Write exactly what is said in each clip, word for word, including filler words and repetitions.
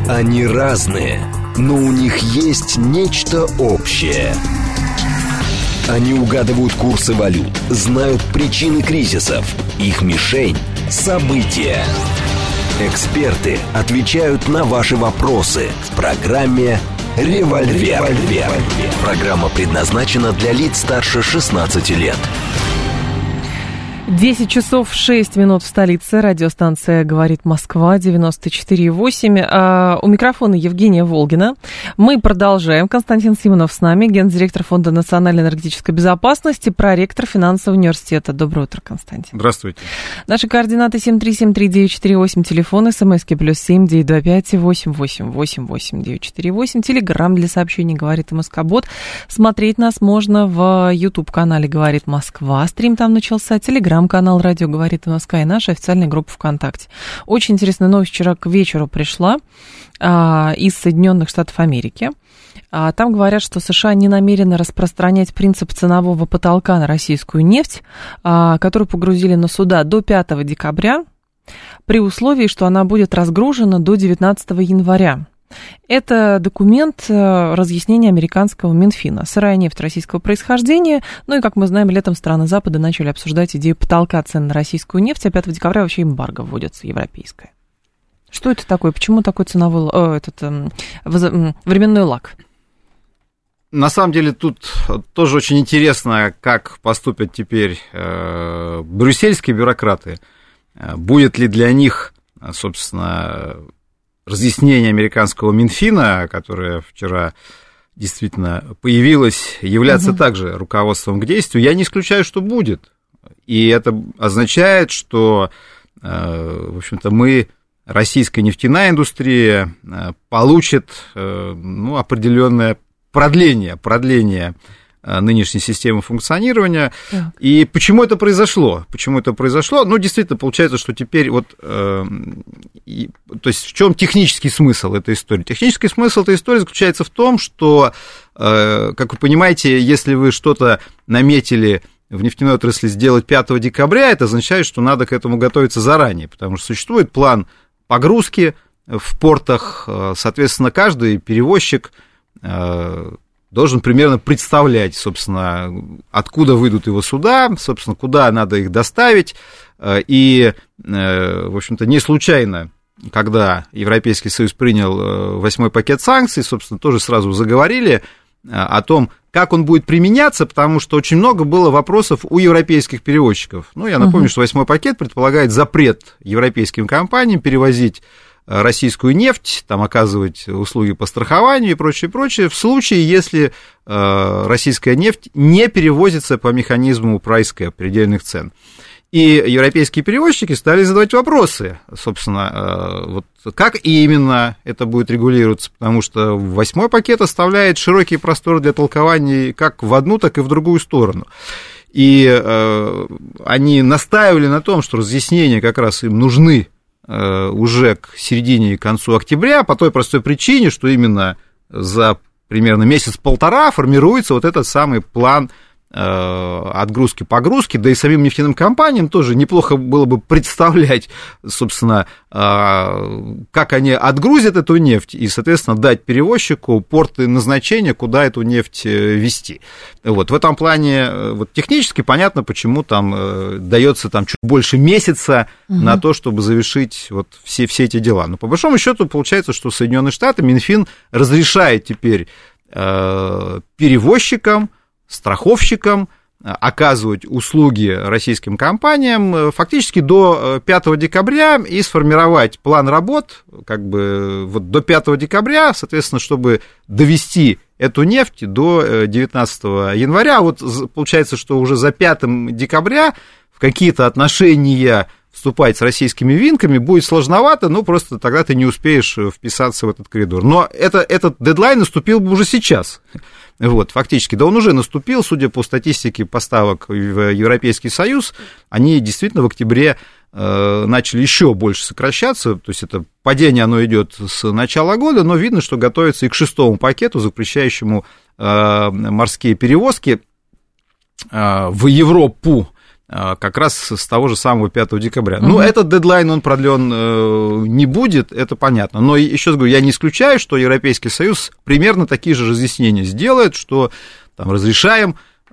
Они разные, но у них есть нечто общее. Они угадывают курсы валют, знают причины кризисов. Их мишень – события. Эксперты отвечают на ваши вопросы в программе «Револьвер». Револьвер. Программа предназначена для лиц старше шестнадцати лет. десять часов шесть минут в столице. Радиостанция «Говорит Москва», девяносто четыре и восемь. А, у микрофона Евгения Волгина. Мы продолжаем. Константин Симонов с нами, гендиректор Фонда национальной энергетической безопасности, проректор финансового университета. Доброе утро, Константин. Здравствуйте. Наши координаты семь три семь три девять четыре восемь, телефон, смски плюс семь девять два пять восемь восемь восемь восемь девять четыре восемь, телеграмм для сообщений «Говорит МСК-бот». Смотреть нас можно в YouTube-канале «Говорит Москва». Стрим там начался. Телеграмм канал «Радио говорит МСК» и наша официальная группа ВКонтакте. Очень интересная новость вчера к вечеру пришла а, из Соединенных Штатов Америки. А, там говорят, что США не намерены распространять принцип ценового потолка на российскую нефть, а, которую погрузили на суда до пятого декабря, при условии, что она будет разгружена до девятнадцатого января. Это документ разъяснения американского Минфина. Сырая нефть российского происхождения. Ну и, как мы знаем, летом страны Запада начали обсуждать идею потолка цен на российскую нефть, а пятого декабря вообще эмбарго вводится европейское. Что это такое? Почему такой ценовой э, этот, э, временной лаг? На самом деле тут тоже очень интересно, как поступят теперь э, брюссельские бюрократы. Будет ли для них, собственно, разъяснение американского Минфина, которое вчера действительно появилось, являться угу. также руководством к действию, я не исключаю, что будет. И это означает, что, в общем-то, мы, российская нефтяная индустрия, получит ну, определенное продление, продление нынешней системы функционирования. Так. И почему это произошло? Почему это произошло? Ну, действительно, получается, что теперь вот... Э, и, то есть в чем технический смысл этой истории? Технический смысл этой истории заключается в том, что, э, как вы понимаете, если вы что-то наметили в нефтяной отрасли сделать пятого декабря, это означает, что надо к этому готовиться заранее, потому что существует план погрузки в портах, соответственно, каждый перевозчик... Э, должен примерно представлять, собственно, откуда выйдут его суда, собственно, куда надо их доставить. И, в общем-то, не случайно, когда Европейский Союз принял восьмой пакет санкций, собственно, тоже сразу заговорили о том, как он будет применяться, потому что очень много было вопросов у европейских перевозчиков. Ну, я напомню, uh-huh. что восьмой пакет предполагает запрет европейским компаниям перевозить российскую нефть, там оказывать услуги по страхованию и прочее, прочее, в случае, если э, российская нефть не перевозится по механизму price cap, предельных цен. И европейские перевозчики стали задавать вопросы, собственно, э, вот как именно это будет регулироваться, потому что восьмой пакет оставляет широкий простор для толкований как в одну, так и в другую сторону. И э, они настаивали на том, что разъяснения как раз им нужны уже к середине и концу октября, по той простой причине, что именно за примерно месяц-полтора формируется вот этот самый план отгрузки-погрузки, да и самим нефтяным компаниям тоже неплохо было бы представлять, собственно, как они отгрузят эту нефть и, соответственно, дать перевозчику порты назначения, куда эту нефть везти. Вот. В этом плане вот, технически понятно, почему там дается там, чуть больше месяца угу. на то, чтобы завершить вот, все, все эти дела. Но по большому счету получается, что Соединенные Штаты, Минфин разрешает теперь э, перевозчикам, страховщикам оказывать услуги российским компаниям фактически до пятого декабря и сформировать план работ как бы вот до пятого декабря, соответственно, чтобы довести эту нефть до девятнадцатого января. Вот получается, что уже за пятого декабря в какие-то отношения вступать с российскими винками будет сложновато, ну, просто тогда ты не успеешь вписаться в этот коридор. Но это, этот дедлайн наступил бы уже сейчас. Вот, фактически, да он уже наступил, судя по статистике поставок в Европейский Союз, они действительно в октябре э, начали еще больше сокращаться, то есть это падение, оно идет с начала года, но видно, что готовится и к шестому пакету, запрещающему э, морские перевозки э, в Европу. как раз с того же самого пятого декабря. Угу. Ну, этот дедлайн, он продлен не будет, это понятно. Но еще раз говорю, я не исключаю, что Европейский Союз примерно такие же разъяснения сделает, что там разрешаем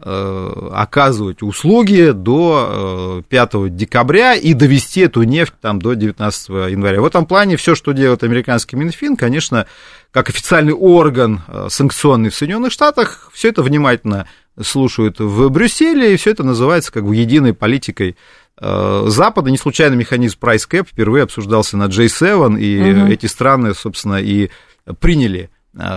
оказывать услуги до пятого декабря и довести эту нефть там, до девятнадцатого января. В этом плане все, что делает американский Минфин, конечно, как официальный орган санкционный в Соединенных Штатах, все это внимательно слушают в Брюсселе, и все это называется как бы единой политикой Запада. Не случайно механизм price cap впервые обсуждался на джей семь, и угу. эти страны, собственно, и приняли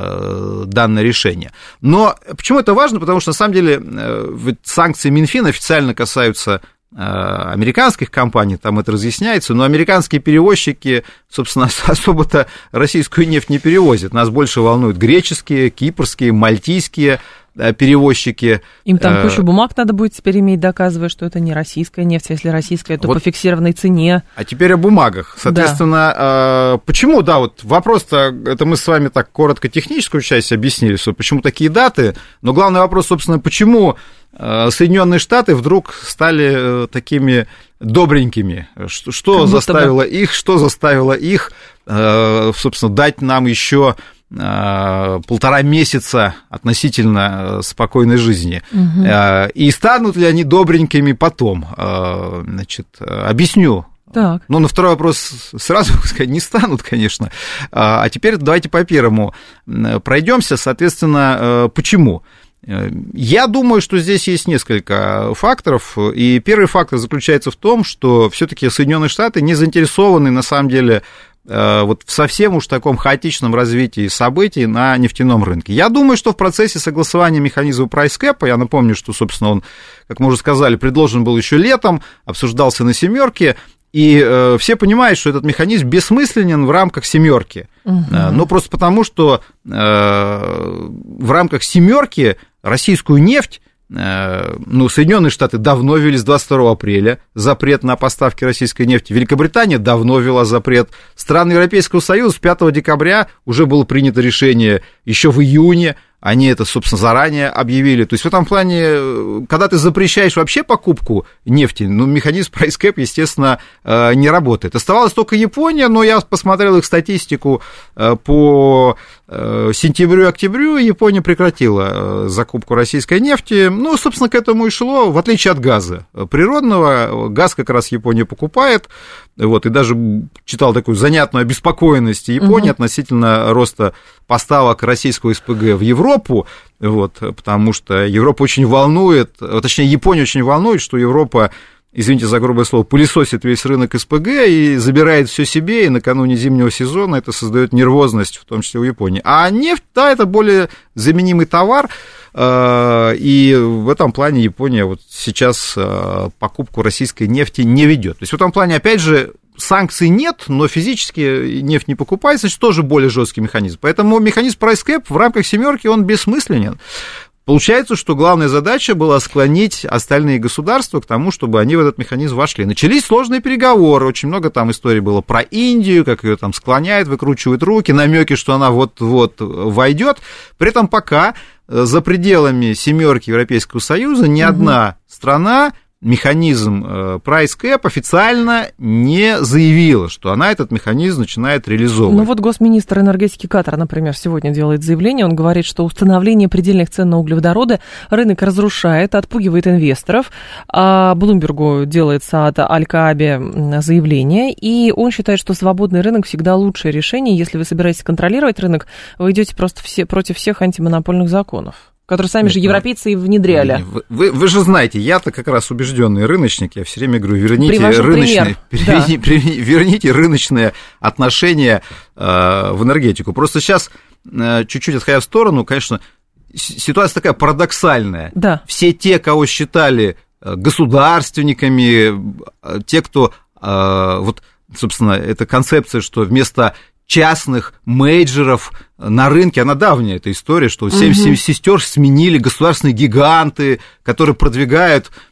данное решение. Но почему это важно? Потому что, на самом деле, санкции Минфина официально касаются американских компаний, там это разъясняется, но американские перевозчики, собственно, особо-то российскую нефть не перевозят. Нас больше волнуют греческие, кипрские, мальтийские перевозчики. Им там кучу бумаг надо будет теперь иметь, доказывая, что это не российская нефть, а если российская, то вот по фиксированной цене. А теперь о бумагах. Соответственно, да. Почему, да, вот вопрос-то, это мы с вами так коротко техническую часть объяснили, что почему такие даты, но главный вопрос, собственно, почему Соединенные Штаты вдруг стали такими добренькими, что, что заставило бы. их, что заставило их, собственно, дать нам еще полтора месяца относительно спокойной жизни. Угу. И станут ли они добренькими потом? Значит, объясню. Так. Ну, на второй вопрос сразу сказать, не станут, конечно. А теперь давайте по первому пройдемся. Соответственно, почему? Я думаю, что здесь есть несколько факторов, и первый фактор заключается в том, что все-таки Соединенные Штаты не заинтересованы, на самом деле, вот в совсем уж таком хаотичном развитии событий на нефтяном рынке. Я думаю, что в процессе согласования механизма price cap, я напомню, что, собственно, он, как мы уже сказали, предложен был еще летом, обсуждался на семерке, и э, все понимают, что этот механизм бессмысленен в рамках семерки. Угу. Э, ну, просто потому, что э, в рамках семерки российскую нефть, э, ну, Соединенные Штаты давно ввели с двадцать второго апреля запрет на поставки российской нефти, Великобритания давно ввела запрет, страны Европейского Союза с пятого декабря уже было принято решение еще в июне. Они это, собственно, заранее объявили. То есть в этом плане, когда ты запрещаешь вообще покупку нефти, ну, механизм price cap, естественно, не работает. Оставалась только Япония, но я посмотрел их статистику по сентябрю-октябрю, Япония прекратила закупку российской нефти. Ну, собственно, к этому и шло, в отличие от газа природного. Газ как раз Япония покупает. Вот, и даже читал такую занятную обеспокоенность Японии угу. относительно роста поставок российского эс пэ гэ в Европу, вот, потому что Европа очень волнует, точнее, Япония очень волнует, что Европа, извините за грубое слово, пылесосит весь рынок эс пэ гэ и забирает все себе, и накануне зимнего сезона это создает нервозность, в том числе у Японии. А нефть, да, это более заменимый товар, и в этом плане Япония вот сейчас покупку российской нефти не ведет. То есть в этом плане, опять же, санкций нет, но физически нефть не покупается, значит, тоже более жесткий механизм. Поэтому механизм price cap в рамках семерки, он бессмысленен. Получается, что главная задача была склонить остальные государства к тому, чтобы они в этот механизм вошли. Начались сложные переговоры, очень много там историй было про Индию, как ее там склоняют, выкручивают руки, намеки, что она вот-вот войдет. При этом пока за пределами семерки Европейского Союза ни угу. одна страна механизм price cap официально не заявила, что она этот механизм начинает реализовывать. Ну вот госминистр энергетики Катара, например, сегодня делает заявление, он говорит, что установление предельных цен на углеводороды рынок разрушает, отпугивает инвесторов. А Блумбергу делает Саад Аль-Кааби заявление, и он считает, что свободный рынок всегда лучшее решение. Если вы собираетесь контролировать рынок, вы идете просто все, против всех антимонопольных законов, которые сами Нет, же европейцы и внедряли. Вы, вы, вы же знаете, я-то как раз убежденный рыночник, я все время говорю, верните, рыночные, верни, да. верните рыночные отношения э, в энергетику. Просто сейчас, э, чуть-чуть отходя в сторону, конечно, ситуация такая парадоксальная. Да. Все те, кого считали государственниками, те, кто, э, вот, собственно, эта концепция, что вместо частных мейджеров на рынке, она давняя, эта история, что семь угу. сестер сменили государственные гиганты, которые продвигают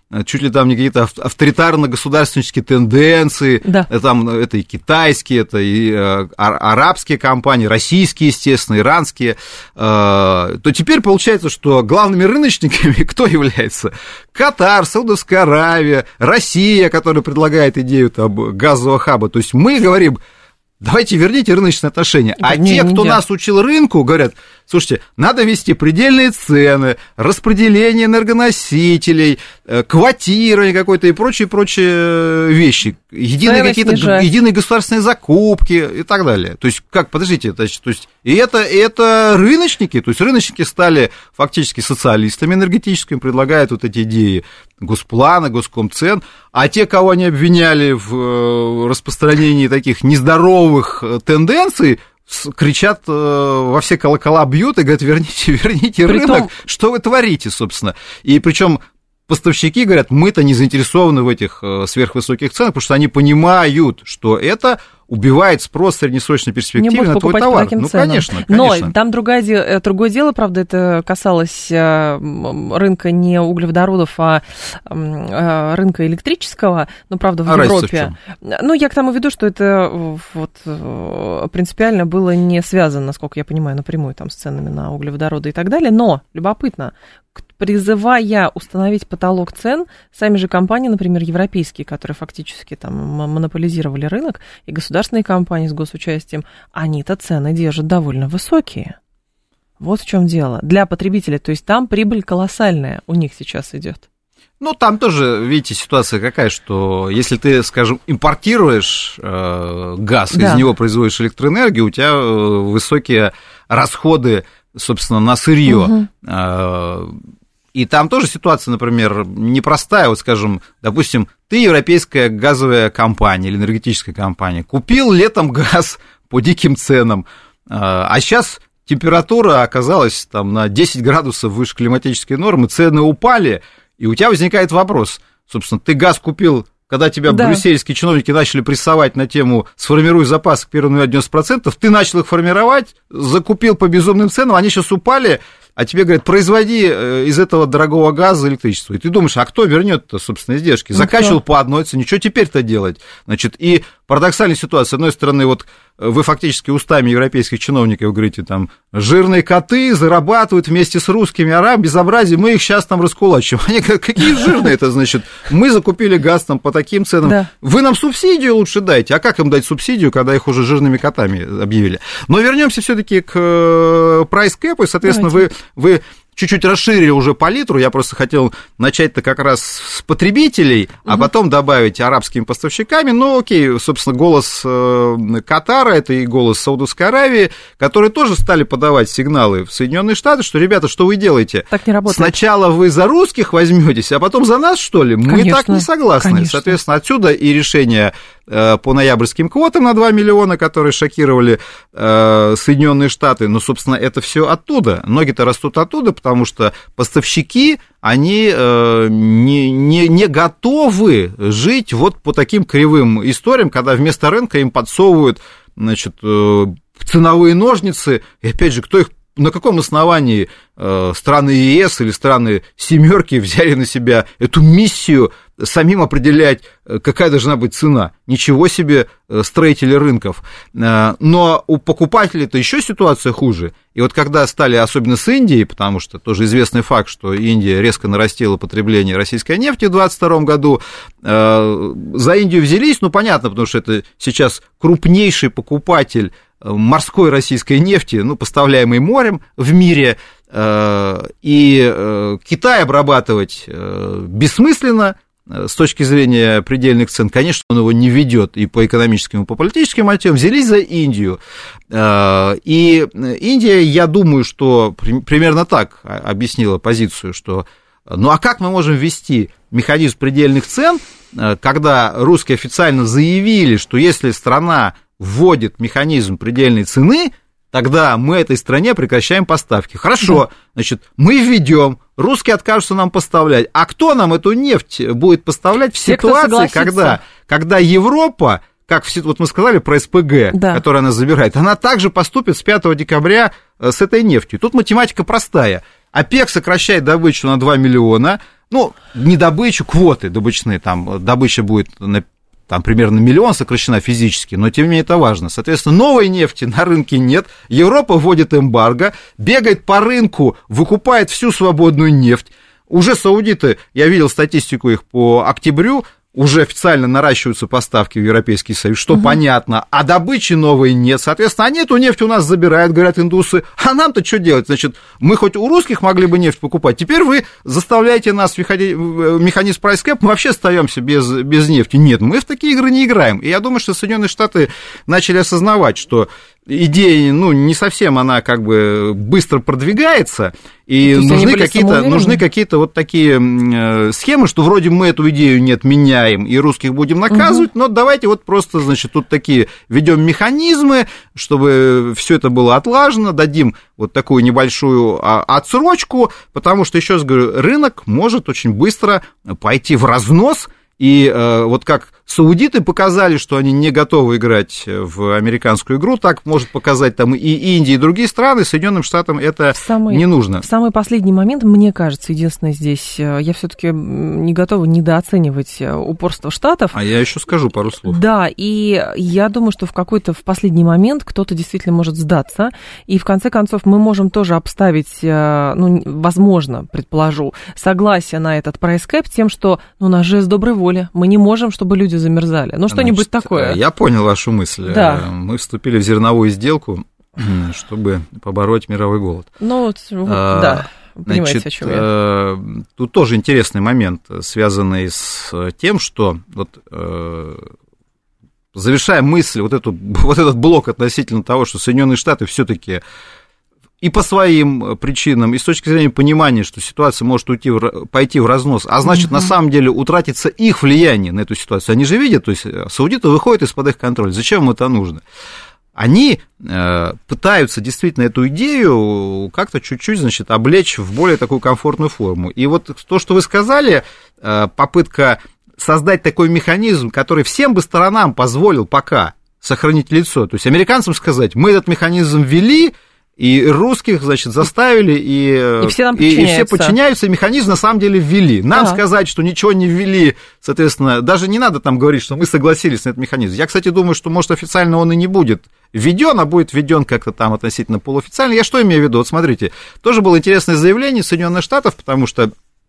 чуть ли там не какие-то авторитарно-государственнические тенденции, да. там это и китайские, это и арабские компании, российские, естественно, иранские, то теперь получается, что главными рыночниками кто является? Катар, Саудовская Аравия, Россия, которая предлагает идею там, газового хаба. То есть мы говорим, давайте верните рыночные отношения. А не, те, не кто делать. нас учил рынку, говорят, слушайте, надо ввести предельные цены, распределение энергоносителей, квотирование какое-то и прочие-прочие вещи. Единые Цены какие-то снижать. единые государственные закупки и так далее. То есть, как, подождите, значит, то есть, и это, и это рыночники, то есть рыночники стали фактически социалистами энергетическими, предлагают вот эти идеи госплана, госкомцен, а те, кого они обвиняли в распространении таких нездоровых тенденций, кричат, во все колокола бьют и говорят, верните, верните Притом... рынок, что вы творите, собственно. И причем поставщики говорят, мы-то не заинтересованы в этих сверхвысоких ценах, потому что они понимают, что это убивает спрос в среднесрочной перспективе на твой товар. Ну, ценам. конечно, конечно. Но там другое, другое дело, правда, это касалось рынка не углеводородов, а рынка электрического, но, правда, в а Европе. В ну, я к тому веду, что это вот принципиально было не связано, насколько я понимаю, напрямую там с ценами на углеводороды и так далее, но любопытно, призывая установить потолок цен, сами же компании, например, европейские, которые фактически там монополизировали рынок, и государственные компании с госучастием, они-то цены держат довольно высокие. Вот в чем дело. Для потребителя, то есть там прибыль колоссальная у них сейчас идет. Ну, там тоже, видите, ситуация какая, что если ты, скажем, импортируешь э, газ, да. из него производишь электроэнергию, у тебя э, высокие расходы, собственно, на сырье. Угу. Э, и там тоже ситуация, например, непростая. Вот, скажем, допустим, ты европейская газовая компания или энергетическая компания, купил летом газ по диким ценам, э, а сейчас температура оказалась там на десять градусов выше климатической нормы, цены упали, и у тебя возникает вопрос, собственно, ты газ купил, когда тебя да. брюссельские чиновники начали прессовать на тему «сформируй запас к первому января девяносто процентов», ты начал их формировать, закупил по безумным ценам, они сейчас упали, а тебе говорят, производи из этого дорогого газа электричество. И ты думаешь, а кто вернет-то, собственно, издержки? Закачивал по одной цене, что теперь-то делать? Значит, и парадоксальная ситуация. С одной стороны, вот вы фактически устами европейских чиновников говорите, там, жирные коты зарабатывают вместе с русскими, араб, безобразие, мы их сейчас там раскулачим. Они говорят, какие жирные это, значит, мы закупили газ там по таким ценам. Да. Вы нам субсидию лучше дайте. А как им дать субсидию, когда их уже жирными котами объявили? Но вернемся все-таки к прайс-кэпу, и, соответственно, Давайте. вы... Вы чуть-чуть расширили уже палитру, я просто хотел начать-то как раз с потребителей, угу. а потом добавить арабскими поставщиками, ну окей, собственно, голос Катара, это и голос Саудовской Аравии, которые тоже стали подавать сигналы в Соединенные Штаты, что, ребята, что вы делаете? Так не работает. Сначала вы за русских возьметесь, а потом за нас, что ли? Мы Конечно, так не согласны. Конечно. Соответственно, отсюда и решение по ноябрьским квотам на два миллиона, которые шокировали Соединенные Штаты, но, собственно, это все оттуда. Ноги-то растут оттуда, потому что поставщики, они э, не, не, не готовы жить вот по таким кривым историям, когда вместо рынка им подсовывают, значит, э, ценовые ножницы, и опять же, кто их, на каком основании э, страны ЕС или страны семерки взяли на себя эту миссию самим определять, какая должна быть цена. Ничего себе строители рынков. Но у покупателей-то еще ситуация хуже. И вот когда стали, особенно с Индией, потому что тоже известный факт, что Индия резко нарастила потребление российской нефти в двадцать втором году, за Индию взялись, ну, понятно, потому что это сейчас крупнейший покупатель морской российской нефти, ну, поставляемой морем в мире, и Китай обрабатывать бессмысленно, с точки зрения предельных цен, конечно, он его не ведет и по экономическим, и по политическим мотивам, взялись за Индию. И Индия, я думаю, что примерно так объяснила позицию, что ну а как мы можем ввести механизм предельных цен, когда русские официально заявили, что если страна вводит механизм предельной цены, тогда мы этой стране прекращаем поставки. Хорошо, да. Значит, мы введем, русские откажутся нам поставлять. А кто нам эту нефть будет поставлять в Все, ситуации, когда, когда Европа, как в, вот мы сказали про СПГ, да. которую она забирает, она также поступит с пятого декабря с этой нефтью. Тут математика простая. ОПЕК сокращает добычу на два миллиона, ну, не добычу, квоты добычные, там, добыча будет на там примерно миллион сокращена физически, но тем не менее это важно. Соответственно, новой нефти на рынке нет, Европа вводит эмбарго, бегает по рынку, выкупает всю свободную нефть. Уже саудиты, я видел статистику их по октябрю, уже официально наращиваются поставки в Европейский Союз, что угу. понятно, а добычи новой нет. Соответственно, они эту нефть у нас забирают, говорят индусы, а нам-то что делать? Значит, мы хоть у русских могли бы нефть покупать, теперь вы заставляете нас в механизм прайс-кэп, мы вообще остаемся без, без нефти. Нет, мы в такие игры не играем. И я думаю, что Соединенные Штаты начали осознавать, что идея, ну, не совсем она как бы быстро продвигается, и нужны какие-то, нужны какие-то вот такие э, схемы, что вроде мы эту идею не отменяем и русских будем наказывать, угу. но давайте вот просто, значит, тут такие ведем механизмы, чтобы все это было отлажено, дадим вот такую небольшую отсрочку, потому что, еще раз говорю, рынок может очень быстро пойти в разнос. И э, вот как саудиты показали, что они не готовы играть в американскую игру, так может показать там и Индия, и другие страны, Соединенным Штатам это самый, не нужно. В самый последний момент, мне кажется, единственное здесь, я все-таки не готова недооценивать упорство Штатов. А я еще скажу пару слов. Да, и я думаю, что в какой-то в последний момент кто-то действительно может сдаться, и в конце концов мы можем тоже обставить, ну, возможно, предположу, согласие на этот прайс-кэп тем, что ну, у нас же с доброй воли мы не можем, чтобы люди замерзали. Ну, что-нибудь Значит, такое. Я понял вашу мысль. Да. Мы вступили в зерновую сделку, чтобы побороть мировой голод. Ну, вот, а, да, понимаете, значит, о чем я. Тут тоже интересный момент, связанный с тем, что вот, завершая мысль, вот, эту, вот этот блок относительно того, что Соединенные Штаты все-таки и по своим причинам, и с точки зрения понимания, что ситуация может уйти в, пойти в разнос, а значит, угу. на самом деле утратится их влияние на эту ситуацию. Они же видят, то есть саудиты выходят из-под их контроля. Зачем им это нужно? Они э, пытаются действительно эту идею как-то чуть-чуть, значит, облечь в более такую комфортную форму. И вот то, что вы сказали, э, попытка создать такой механизм, который всем бы сторонам позволил пока сохранить лицо. То есть американцам сказать, мы этот механизм ввели, и русских, значит, заставили, и, и, все, и, и все подчиняются, и механизм на самом деле ввели. Нам да. сказать, что ничего не ввели, соответственно, даже не надо там говорить, что мы согласились на этот механизм. Я, кстати, думаю, что, может, официально он и не будет введен, а будет введен как-то там относительно полуофициально. Я что имею в виду? Вот смотрите, тоже было интересное заявление Соединенных Штатов, потому что,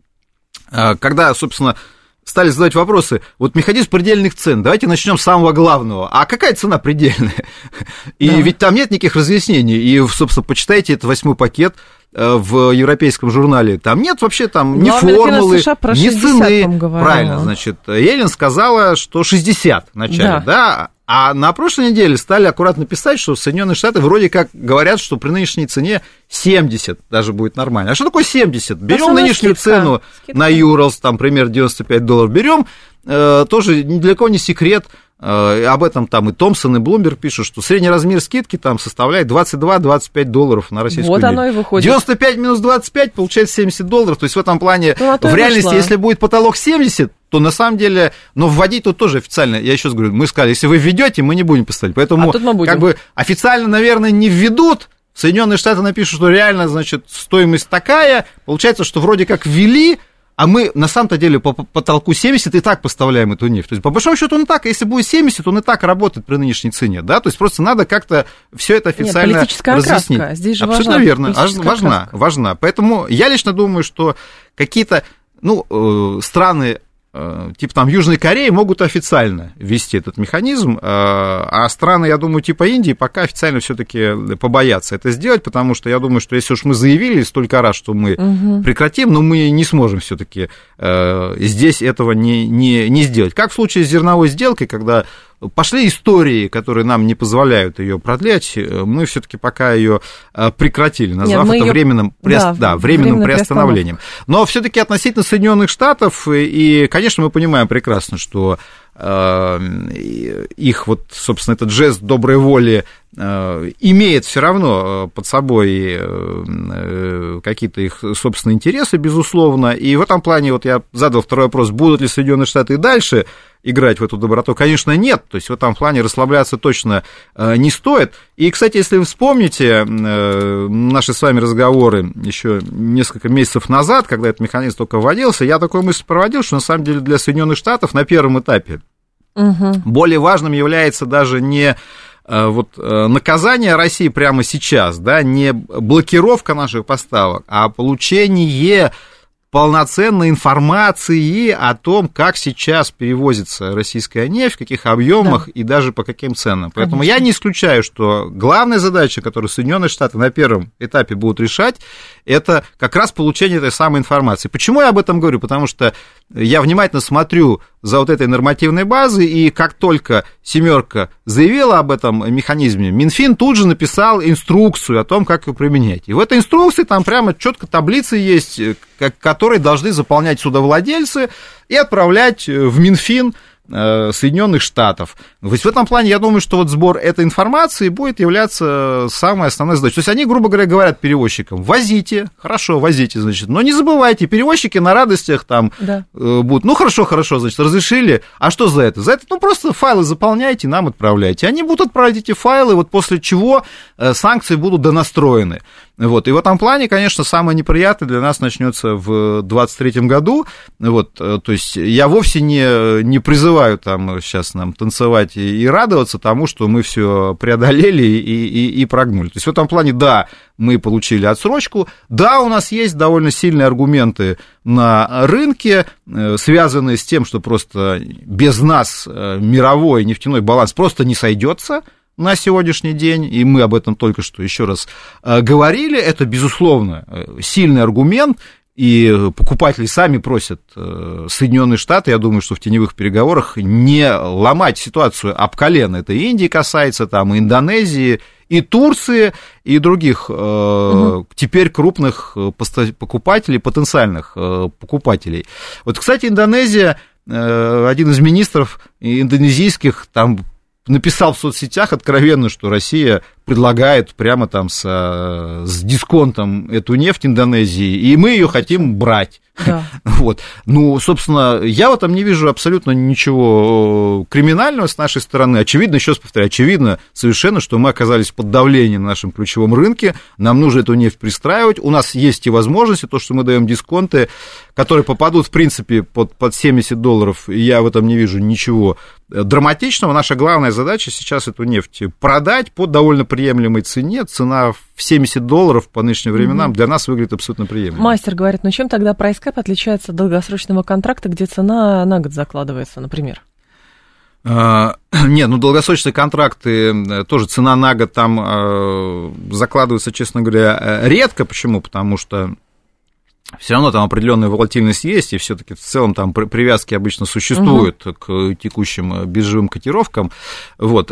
когда, собственно, стали задавать вопросы, вот механизм предельных цен, давайте начнем с самого главного. А какая цена предельная? И да. ведь там нет никаких разъяснений. И, собственно, почитайте этот восьмой пакет в европейском журнале. Там нет вообще там ни формулы, ни цены. Правильно, значит, Еллен сказала, что шестьдесят в начале, да. да? А на прошлой неделе стали аккуратно писать, что Соединенные Штаты вроде как говорят, что при нынешней цене семьдесят даже будет нормально. А что такое семьдесят? Берем нынешнюю скидка. цену скидка. На Юрлс, там, примерно девяносто пять долларов, берем, э, тоже далеко не секрет, э, об этом там и Томпсон, и Блумберг пишут, что средний размер скидки там составляет двадцать два - двадцать пять долларов на российскую вот нефть. Оно и выходит. девяносто пять минус двадцать пять получается семьдесят долларов, то есть в этом плане, ну, в реальности, если будет потолок семьдесят, то на самом деле, но вводить тут тоже официально, я еще раз говорю, мы сказали, если вы введете, мы не будем поставить, поэтому а как бы официально, наверное, не введут, Соединенные Штаты напишут, что реально, значит, стоимость такая, получается, что вроде как ввели, а мы на самом-то деле по потолку семьдесят и так поставляем эту нефть. То есть, по большому счету, он и так, если будет семьдесят, он и так работает при нынешней цене, да, то есть просто надо как-то все это официально Нет, разъяснить. Окраска. Здесь же абсолютно важна верно, важна, важна. Поэтому я лично думаю, что какие-то, ну, э, страны, типа там Южной Кореи могут официально ввести этот механизм, а страны, я думаю, типа Индии пока официально все-таки побоятся это сделать, потому что я думаю, что если уж мы заявили столько раз, что мы угу. прекратим, но мы не сможем все-таки здесь этого не, не, не сделать. Как в случае с зерновой сделкой, когда пошли истории, которые нам не позволяют ее продлять, мы все-таки пока ее прекратили, назвав Нет, это ее... временным, да, да, временным приостановлением. Но все-таки относительно Соединенных Штатов, и, конечно, мы понимаем прекрасно, что их вот, собственно, этот жест доброй воли имеет все равно под собой какие-то их собственные интересы, безусловно, и в этом плане вот я задал второй вопрос, будут ли Соединенные Штаты и дальше играть в эту доброту, конечно, нет, то есть в этом плане расслабляться точно не стоит, И, кстати, если вы вспомните наши с вами разговоры еще несколько месяцев назад, когда этот механизм только вводился, я такую мысль проводил, что на самом деле для Соединенных Штатов на первом этапе угу. более важным является даже не вот наказание России прямо сейчас, да, не блокировка наших поставок, а получение полноценной информации о том, как сейчас перевозится российская нефть, в каких объемах да. и даже по каким ценам. Поэтому Конечно. Я не исключаю, что главная задача, которую Соединенные Штаты на первом этапе будут решать, это как раз получение этой самой информации. Почему я об этом говорю? Потому что я внимательно смотрю за вот этой нормативной базой, и как только «семерка» заявила об этом механизме, Минфин тут же написал инструкцию о том, как его применять. И в этой инструкции там прямо четко таблицы есть, которые должны заполнять судовладельцы и отправлять в Минфин Соединенных Штатов. То есть в этом плане я думаю, что вот сбор этой информации будет являться самой основной задачей. То есть они, грубо говоря, говорят перевозчикам: возите, хорошо, возите, значит, но не забывайте, перевозчики на радостях там да. будут, ну хорошо, хорошо, значит, разрешили, а что за это? За это, ну просто файлы заполняйте, нам отправляйте. Они будут отправлять эти файлы, вот после чего санкции будут донастроены. Вот. И в этом плане, конечно, самое неприятное для нас начнется в двадцать третьем году. Вот. То есть я вовсе не, не призываю там сейчас нам танцевать и, и радоваться тому, что мы все преодолели и, и, и прогнули. То есть в этом плане, да, мы получили отсрочку, да, у нас есть довольно сильные аргументы на рынке, связанные с тем, что просто без нас мировой нефтяной баланс просто не сойдется на сегодняшний день, и мы об этом только что еще раз э, говорили, это, безусловно, сильный аргумент, и покупатели сами просят э, Соединенные Штаты, я думаю, что в теневых переговорах, не ломать ситуацию об колено. Это и Индии касается, там, и Индонезии, и Турции, и других э, угу. теперь крупных покупателей, потенциальных э, покупателей. Вот, кстати, Индонезия, э, один из министров индонезийских, там, написал в соцсетях откровенно, что Россия предлагает прямо там с, с дисконтом эту нефть Индонезии, и мы ее хотим брать. Да. Вот. Ну, собственно, я в этом не вижу абсолютно ничего криминального с нашей стороны. Очевидно, еще раз повторяю, очевидно совершенно, что мы оказались под давлением на нашем ключевом рынке, нам нужно эту нефть пристраивать, у нас есть и возможности, то, что мы даем дисконты, которые попадут, в принципе, под, под семьдесят долларов, и я в этом не вижу ничего драматичного. Наша главная задача сейчас эту нефть продать по довольно приемлемой цене. Цена в семьдесят долларов по нынешним временам mm-hmm. для нас выглядит абсолютно приемлемо. Мастер говорит, ну чем тогда прайс-кэп отличается от долгосрочного контракта, где цена на год закладывается, например? Uh, нет, ну долгосрочные контракты, тоже цена на год там uh, закладывается, честно говоря, редко. Почему? Потому что все равно там определенная волатильность есть, и все-таки в целом там привязки обычно существуют угу. к текущим биржевым котировкам. Вот.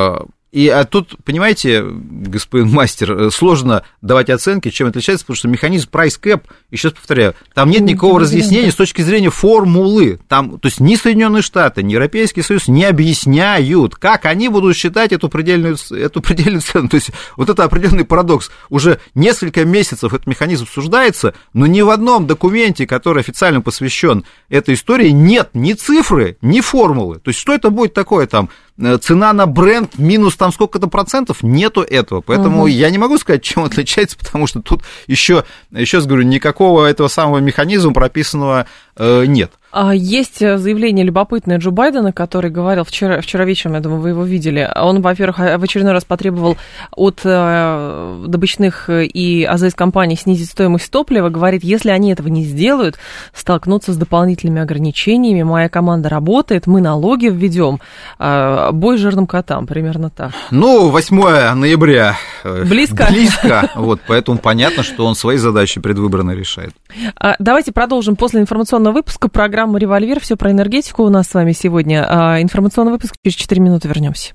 И а тут, понимаете, господин мастер, сложно давать оценки, чем отличается, потому что механизм price cap, еще раз повторяю, там нет никакого разъяснения с точки зрения формулы. Там, то есть ни Соединенные Штаты, ни Европейский Союз не объясняют, как они будут считать эту предельную, эту предельную цену. То есть вот это определенный парадокс. Уже несколько месяцев этот механизм обсуждается, но ни в одном документе, который официально посвящен этой истории, нет ни цифры, ни формулы. То есть что это будет такое там? Цена на бренд минус там сколько-то процентов, нету этого. Поэтому угу. я не могу сказать, чем отличается, потому что тут еще, еще раз говорю, никакого этого самого механизма прописанного э, нет. Есть заявление любопытное Джо Байдена, который говорил вчера, вчера вечером, я думаю, вы его видели. Он, во-первых, в очередной раз потребовал от э, добычных и АЗС-компаний снизить стоимость топлива. Говорит, если они этого не сделают, столкнутся с дополнительными ограничениями. Моя команда работает, мы налоги введем. Э, бой жирным котам, примерно так. Ну, восьмое ноября. Близко. Близко. Вот, поэтому понятно, что он свои задачи предвыборно решает. Давайте продолжим после информационного выпуска. Программа «Револьвер». Все про энергетику у нас с вами сегодня. А информационный выпуск через четыре минуты, вернемся.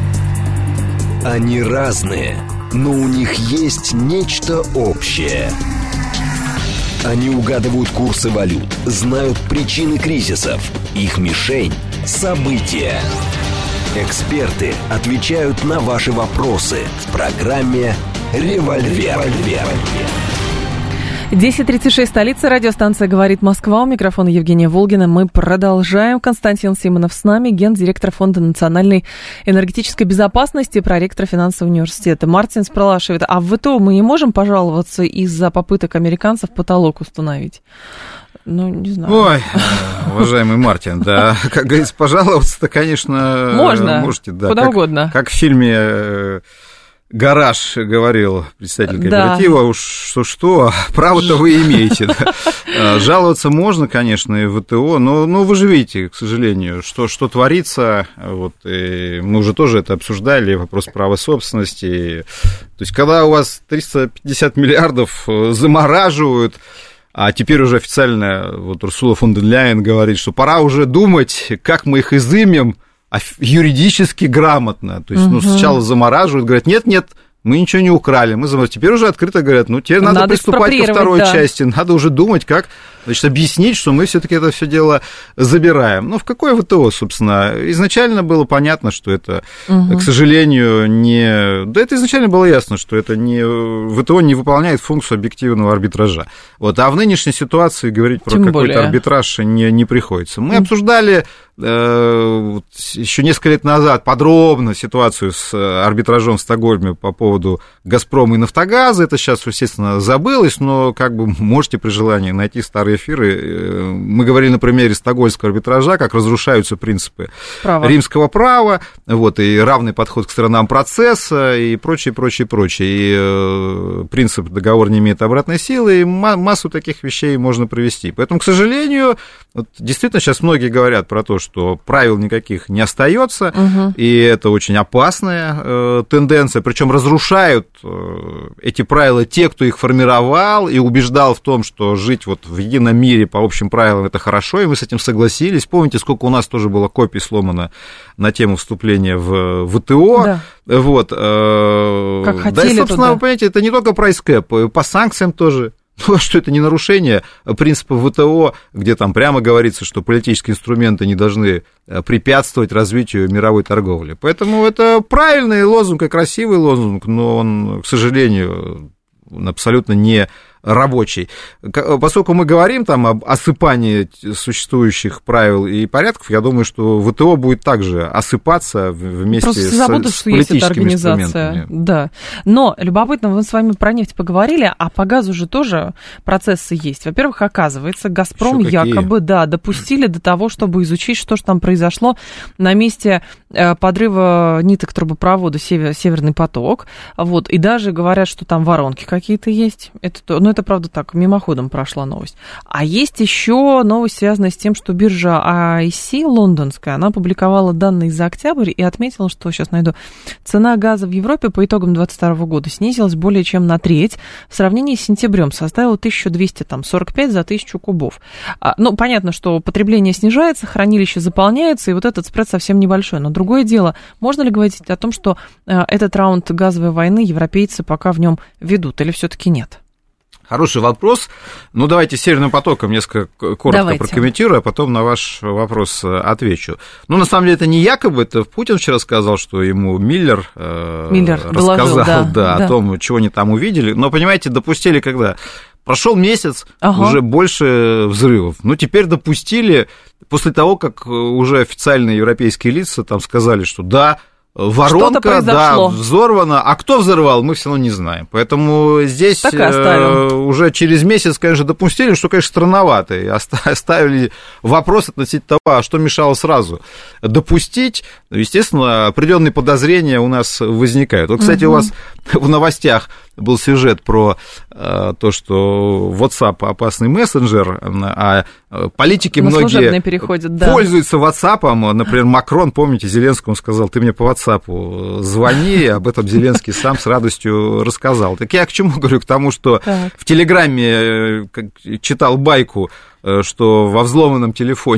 Они разные, но у них есть нечто общее. Они угадывают курсы валют, знают причины кризисов. Их мишень – события. Эксперты отвечают на ваши вопросы в программе «Револьвер». десять тридцать шесть, столица, радиостанция «Говорит Москва». У микрофона Евгения Волгина. Мы продолжаем. Константин Симонов с нами, гендиректор Фонда национальной энергетической безопасности, проректор финансового университета. Мартин спрашивает, а в ВТО мы не можем пожаловаться из-за попыток американцев потолок установить? Ну, не знаю. Ой, уважаемый Мартин, да, как говорится, пожаловаться-то, конечно, можно, можете. Да, куда как, угодно. Как в фильме «Гараж» говорил представитель кооператива, да. Уж что-что, право-то вы имеете. Да. Жаловаться можно, конечно, и в ВТО, но, но вы же видите, к сожалению, что, что творится. Вот, и мы уже тоже это обсуждали, вопрос права собственности. То есть, когда у вас триста пятьдесят миллиардов замораживают, а теперь уже официально вот Урсула фон дер Ляйен говорит, что пора уже думать, как мы их изымем юридически грамотно. То есть, угу. ну, сначала замораживают, говорят, нет-нет, мы ничего не украли, мы замораживаем. Теперь уже открыто говорят, ну, теперь надо, надо приступать ко второй да. части, надо уже думать, как, значит, объяснить, что мы все-таки это все дело забираем. Ну, в какое ВТО, собственно? Изначально было понятно, что это, угу. к сожалению, не... Да это изначально было ясно, что это не... ВТО не выполняет функцию объективного арбитража. Вот. А в нынешней ситуации говорить про Тем какой-то более. арбитраж не, не приходится. Мы угу. обсуждали э, еще несколько лет назад подробно ситуацию с арбитражом в Стокгольме по поводу «Газпрома» и «Нафтогаза». Это сейчас, естественно, забылось, но как бы можете при желании найти старые эфиры. Мы говорили на примере стокгольмского арбитража, как разрушаются принципы права. римского права, вот, и равный подход к сторонам процесса, и прочее, прочее, прочее. И принцип «договор не имеет обратной силы», и массу таких вещей можно привести. Поэтому, к сожалению, вот, действительно сейчас многие говорят про то, что правил никаких не остается, угу. и это очень опасная э, тенденция, причем разрушается Разрушают эти правила те, кто их формировал и убеждал в том, что жить вот в едином мире по общим правилам это хорошо, и мы с этим согласились. Помните, сколько у нас тоже было копий сломано на тему вступления в ВТО. Да. Вот. Как хотели, да и, собственно, туда. Вы понимаете, это не только прайс-кэп, по санкциям тоже. Ну, что это не нарушение принципа ВТО, где там прямо говорится, что политические инструменты не должны препятствовать развитию мировой торговли. Поэтому это правильный лозунг и красивый лозунг, но он, к сожалению, абсолютно не рабочий. Поскольку мы говорим там об осыпании существующих правил и порядков, я думаю, что ВТО будет также осыпаться вместе Просто с, забуду, с что есть эта политическими организация. инструментами. Да. Но любопытно, мы с вами про нефть поговорили, а по газу же тоже процессы есть. Во-первых, оказывается, «Газпром» якобы да, допустили до того, чтобы изучить, что же там произошло на месте подрыва ниток трубопровода «Север, «Северный поток». Вот. И даже говорят, что там воронки какие-то есть. Это, ну, это, правда, так, мимоходом прошла новость. А есть еще новость, связанная с тем, что биржа ай си лондонская, она опубликовала данные за октябрь и отметила, что, сейчас найду, цена газа в Европе по итогам двадцать второго года снизилась более чем на треть. В сравнении с сентябрем составила тысяча двести сорок пять за тысячу кубов. А, ну, понятно, что потребление снижается, хранилище заполняется, и вот этот спред совсем небольшой. Но другое дело, можно ли говорить о том, что а, этот раунд газовой войны европейцы пока в нем ведут, или все-таки нет? Хороший вопрос. Ну, давайте «Северным потоком» несколько коротко давайте. прокомментирую, а потом на ваш вопрос отвечу. Ну, на самом деле, это не якобы, это Путин вчера сказал, что ему Миллер, Миллер рассказал доложил, да, да, да. о том, чего они там увидели. Но, понимаете, допустили когда? Прошел месяц, ага. уже больше взрывов. Ну, теперь допустили, после того, как уже официальные европейские лица там сказали, что да, воронка, да, взорвана, а кто взорвал, мы все равно не знаем. Поэтому здесь э, уже через месяц, конечно, допустили, что, конечно, странновато. И оставили вопрос относительно того, а что мешало сразу допустить. Естественно, определенные подозрения у нас возникают. Вот, кстати, угу. у вас в новостях был сюжет про э, то, что WhatsApp опасный мессенджер, а политики на многие переходят, да. пользуются WhatsApp. Например, Макрон, помните, Зеленскому сказал, ты мне по WhatsApp звони, об этом Зеленский сам с радостью рассказал. Так я к чему говорю? К тому, что так. в Телеграме читал байку, что во взломанном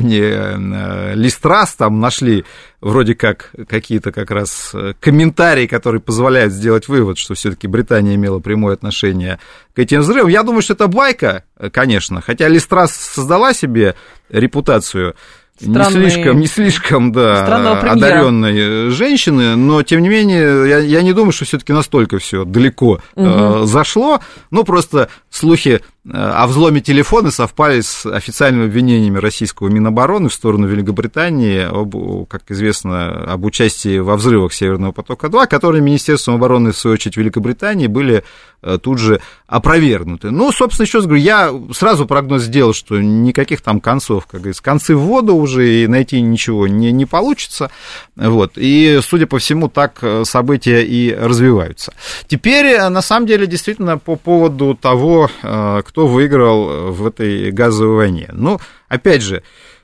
телефоне Листрас там нашли вроде как какие-то как раз комментарии, которые позволяют сделать вывод, что все-таки Британия имела прямое отношение к этим взрывам. Я думаю, что это байка, конечно, хотя Листрас создала себе репутацию Странный, не слишком, не слишком, да, одаренной женщины, но тем не менее, я, я не думаю, что все-таки настолько все далеко угу. э, зашло. Ну, просто слухи о взломе телефона совпали с официальными обвинениями российского Минобороны в сторону Великобритании, об, как известно, об участии во взрывах Северного потока-два, которые Министерством обороны, в свою очередь, Великобритании были тут же опровергнуты. Ну, собственно, еще раз говорю, я сразу прогноз сделал, что никаких там концов, как говорится, концы в воду уже, и найти ничего не, не получится. Вот. И, судя по всему, так события и развиваются. Теперь, на самом деле, действительно, по поводу того, кто выиграл в этой газовой войне. Ну, опять же,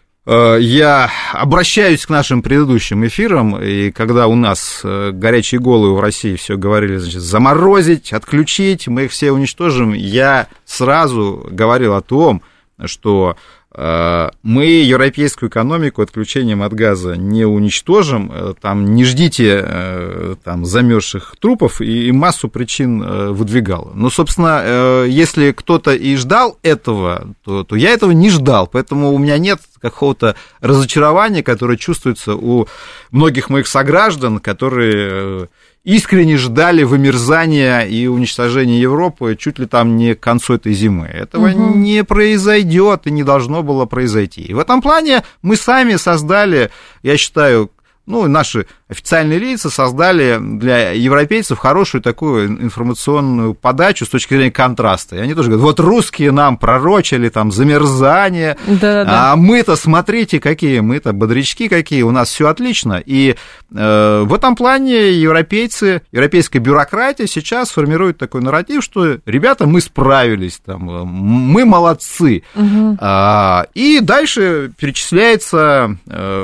я обращаюсь к нашим предыдущим эфирам, и когда у нас горячие головы в России все говорили, значит, заморозить, отключить, мы их все уничтожим, я сразу говорил о том, что мы европейскую экономику отключением от газа не уничтожим, там не ждите там замерзших трупов, и массу причин выдвигал. Но, собственно, если кто-то и ждал этого, то, то я этого не ждал, поэтому у меня нет какого-то разочарования, которое чувствуется у многих моих сограждан, которые искренне ждали вымерзания и уничтожения Европы чуть ли там не к концу этой зимы. Этого угу. не произойдет и не должно было произойти. И в этом плане мы сами создали, я считаю, ну, наши официальные лица создали для европейцев хорошую такую информационную подачу с точки зрения контраста. И они тоже говорят, вот русские нам пророчили там замерзание, да-да-да. А мы-то, смотрите, какие, мы-то бодрячки какие, у нас все отлично. И э, в этом плане европейцы, европейская бюрократия сейчас формирует такой нарратив, что, ребята, мы справились, там, мы молодцы. Угу. А, и дальше перечисляется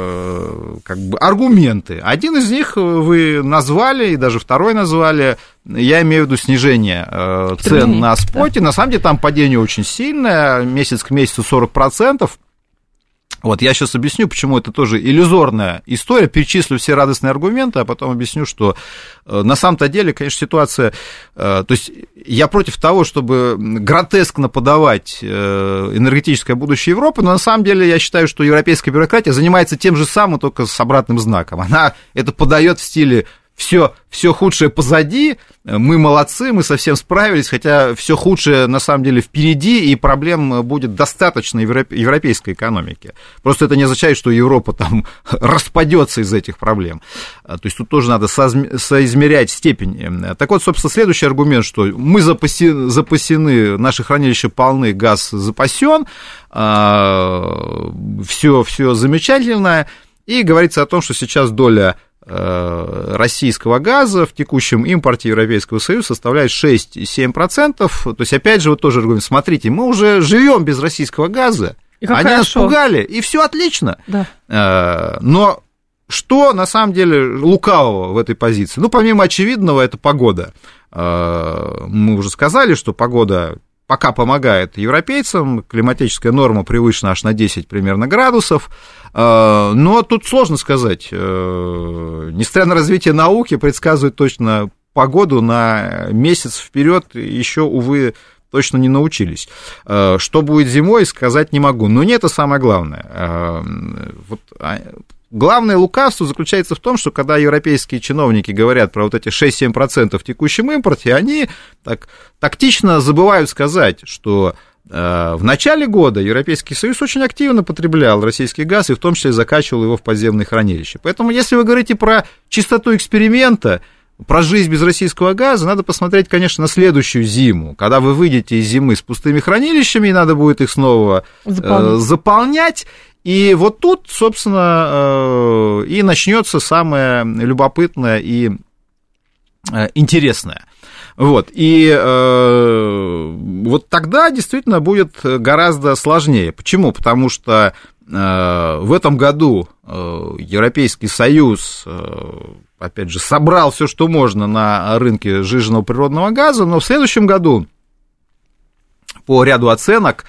э, как бы аргументы. Один из них вы назвали, и даже второй назвали, я имею в виду снижение э, цен на споте. Да. На самом деле там падение очень сильное, месяц к месяцу сорок процентов. Вот, я сейчас объясню, почему это тоже иллюзорная история, перечислю все радостные аргументы, а потом объясню, что э, на самом-то деле, конечно, ситуация, э, то есть я против того, чтобы гротескно подавать э, энергетическое будущее Европы, но на самом деле я считаю, что европейская бюрократия занимается тем же самым, только с обратным знаком. Она это подает в стиле все, все худшее позади, мы молодцы, мы совсем справились, хотя все худшее на самом деле впереди, и проблем будет достаточно в европейской экономике. Просто это не означает, что Европа там распадется из этих проблем. То есть тут тоже надо соизмерять степень. Так вот, собственно, следующий аргумент, что мы запасены, запасены наши хранилища полны, газ запасен, все, все замечательно, и говорится о том, что сейчас доля российского газа в текущем импорте Европейского Союза составляет шесть целых семь десятых процента. То есть, опять же, вот тоже аргумент, смотрите, мы уже живем без российского газа, они хорошо. Нас пугали, и все отлично. Да. Но что на самом деле лукавого в этой позиции? Ну, помимо очевидного, это погода. Мы уже сказали, что погода пока помогает европейцам, климатическая норма превышена аж на десять примерно градусов, но тут сложно сказать, несмотря на развитие науки, предсказывать точно погоду на месяц вперед еще, увы, точно не научились. Что будет зимой, сказать не могу, но не это самое главное. Вот главное лукавство заключается в том, что когда европейские чиновники говорят про вот эти шесть-семь процентов в текущем импорте, они так тактично забывают сказать, что э, в начале года Европейский Союз очень активно потреблял российский газ и в том числе закачивал его в подземные хранилища. Поэтому если вы говорите про чистоту эксперимента, про жизнь без российского газа, надо посмотреть, конечно, на следующую зиму, когда вы выйдете из зимы с пустыми хранилищами, и надо будет их снова э, заполнять. И вот тут, собственно, и начнется самое любопытное и интересное. Вот, и э, вот тогда действительно будет гораздо сложнее. Почему? Потому что э, в этом году э, Европейский Союз, э, опять же, собрал все, что можно на рынке сжиженного природного газа, но в следующем году по ряду оценок